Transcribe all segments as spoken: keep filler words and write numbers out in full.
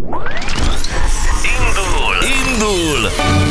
Indul! Indul!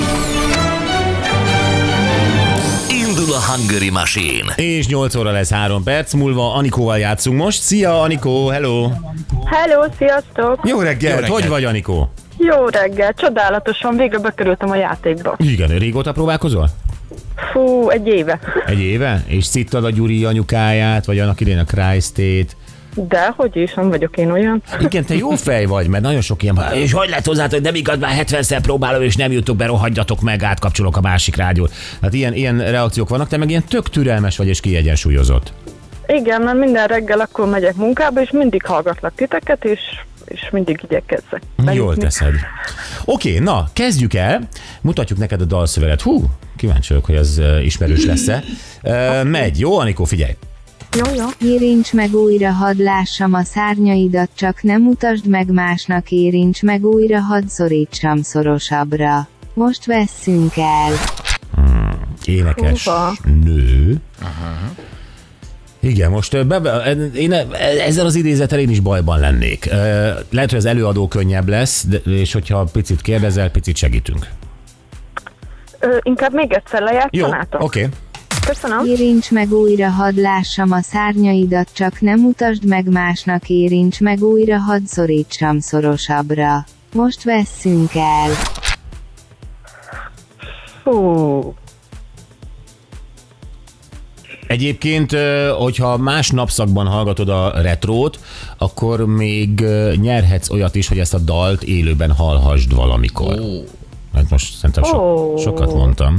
Indul a Hungary Machine. És nyolc óra lesz három perc múlva. Anikóval játszunk most. Szia, Anikó, hello! Hello, sziasztok! Jó reggelt, Jó reggelt. hogy vagy, Anikó? Jó reggel, csodálatosan, végre bekerültem a játékba. Igen, régóta próbálkozol? Fú, egy éve. Egy éve? És szittad a Gyuri anyukáját, vagy annak idén a Christét? De, hogy is, nem vagyok én olyan. Igen, te jó fej vagy, mert nagyon sok ilyen... És hogy lett hozzátok, nem igaz, már hetvenszer próbálom, és nem jutok be, rohadjatok meg, átkapcsolok a másik rádiót. Hát ilyen, ilyen reakciók vannak, te meg ilyen tök türelmes vagy és kiegyensúlyozott. Igen, mert minden reggel akkor megyek munkába, és mindig hallgatlak titeket, és, és mindig igyekezzek. Jól bejutni. teszed. Oké, na, kezdjük el. Mutatjuk neked a dalszöveget. Hú, kíváncsi vagyok, hogy ez uh, ismerős lesz-e. Uh, megy, jó, Anikó, figyelj. Jó, jó. Érints meg újra, hadd lássam a szárnyaidat, csak nem mutasd meg másnak, érints meg újra, hadd szorítsam szorosabbra. Most vesszünk el. Énekes Húha. nő. Aha. Igen, most be, be, én ezzel az idézettel én is bajban lennék. Lehet, hogy az előadó könnyebb lesz, de, és hogyha picit kérdezel, picit segítünk. Ö, inkább még egyszer Jó, lejátszanátok. oké. Okay. Köszönöm. Érints meg újra, hadd lássam a szárnyaidat, csak nem mutasd meg másnak, érints meg újra, hadd szorítsam szorosabbra. Most vesszünk el. Fú. Egyébként, hogyha más napszakban hallgatod a retrót, akkor még nyerhetsz olyat is, hogy ezt a dalt élőben hallhassd valamikor. Ó. Hát most szerintem so- Ó. sokat mondtam.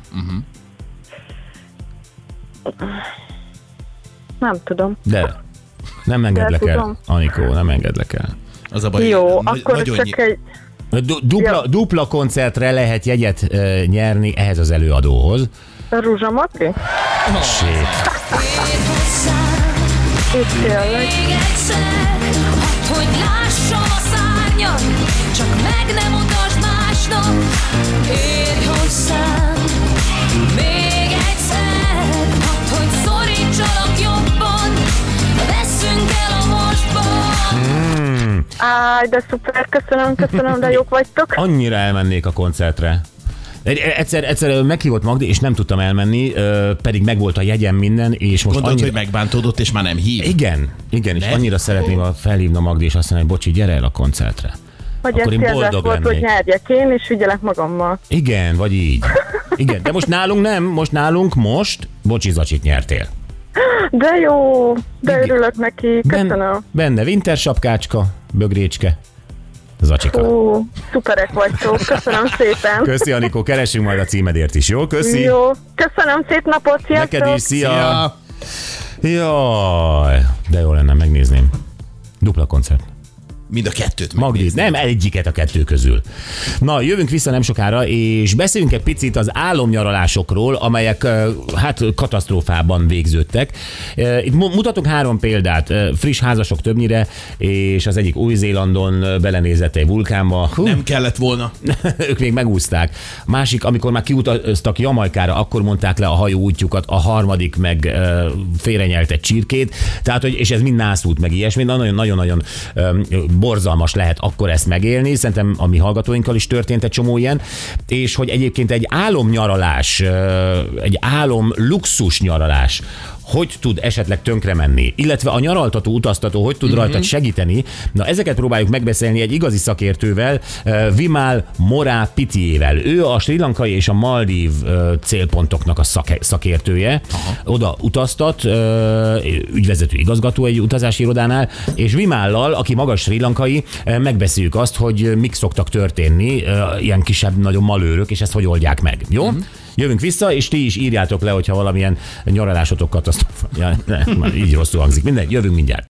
Nem tudom. De nem engedlek De el, tudom. Anikó, nem engedlek el. Az a baj, Jó, nagy- akkor nagyon csak ny- egy... Du- dupla, Ja. dupla koncertre lehet jegyet uh, nyerni ehhez az előadóhoz. Ruzsamati? Sét. Itt tényleg. Még egyszer, hadd, hogy lássam a szárnyat, csak meg nem mutasd másnak, érj hozzám. Még egyszer, hadd, hogy szorítsalak jobban, vesszünk el a mostban. Áj, de szuper, köszönöm, köszönöm, de jók vagytok. Annyira elmennék a koncertre. Egy- Egyszer, egyszer meghívott Magdi, és nem tudtam elmenni, ö, pedig megvolt a jegyem minden, és most Gondolod, annyira... hogy megbántódott, és már nem hív? Igen, igen, és Ne? annyira szeretném felhívni a Magdi, és azt mondani, hogy bocsi, gyere el a koncertre. Hogy Akkor ez én tényleg boldog volt, hogy lennék. nyerjek én, és vigyelek magammal. Igen, vagy így. Igen, de most nálunk nem, most nálunk most, bocsi, zacsit nyertél. De jó, de Igen. örülök neki, köszönöm. Benne winter sapkácska, bögrécske, zacsika. Ó, szuperek vagytok, köszönöm szépen. Köszi, Anikó, keresünk majd a címedért is, jó? Köszi. Jó, köszönöm, szép napot, sziasztok! Neked is, szia. Ja. Jaj, de jó lenne, megnézném. Dupla koncert. Mind a kettőt Magdi, megnézni. nem egyiket a kettő közül. Na, jövünk vissza nem sokára, és beszéljünk egy picit az álomnyaralásokról, amelyek ö, hát katasztrófában végződtek. Ö, Itt mu- mutatunk három példát, Ö, friss házasok többnyire, és az egyik Új-Zélandon ö, belenézett egy vulkánba. Hú, Nem kellett volna. ők még megúszták. Másik, amikor már kiutaztak Jamaikára, akkor mondták le a hajó útjukat, a harmadik meg ö, félrenyelt egy csirkét, tehát, hogy, és ez mind nászút, meg ilyesmi, nagyon-nagyon borzalmas lehet akkor ezt megélni, szerintem a mi hallgatóinkkal is történt egy csomó ilyen, és hogy egyébként egy álomnyaralás, ö, egy álom luxus nyaralás, hogy tud esetleg tönkre menni, illetve a nyaraltató, utaztató hogy tud mm-hmm. rajtad segíteni. Na, ezeket próbáljuk megbeszélni egy igazi szakértővel, uh, Vimal Morapitiével. Ő a sri lankai és a Maldív uh, célpontoknak a szak- szakértője. Aha. Oda utaztat, uh, ügyvezető igazgató egy utazási irodánál, és Vimallal, aki magas sri lankai, uh, megbeszéljük azt, hogy mik szoktak történni, uh, ilyen kisebb, nagyon malőrök, és ezt hogy oldják meg. Jó? Mm-hmm. Jövünk vissza, és ti is írjátok le, hogyha valamilyen nyaralásotok katasztrófa. Ja, ne, így rosszul hangzik. Minden, jövünk mindjárt.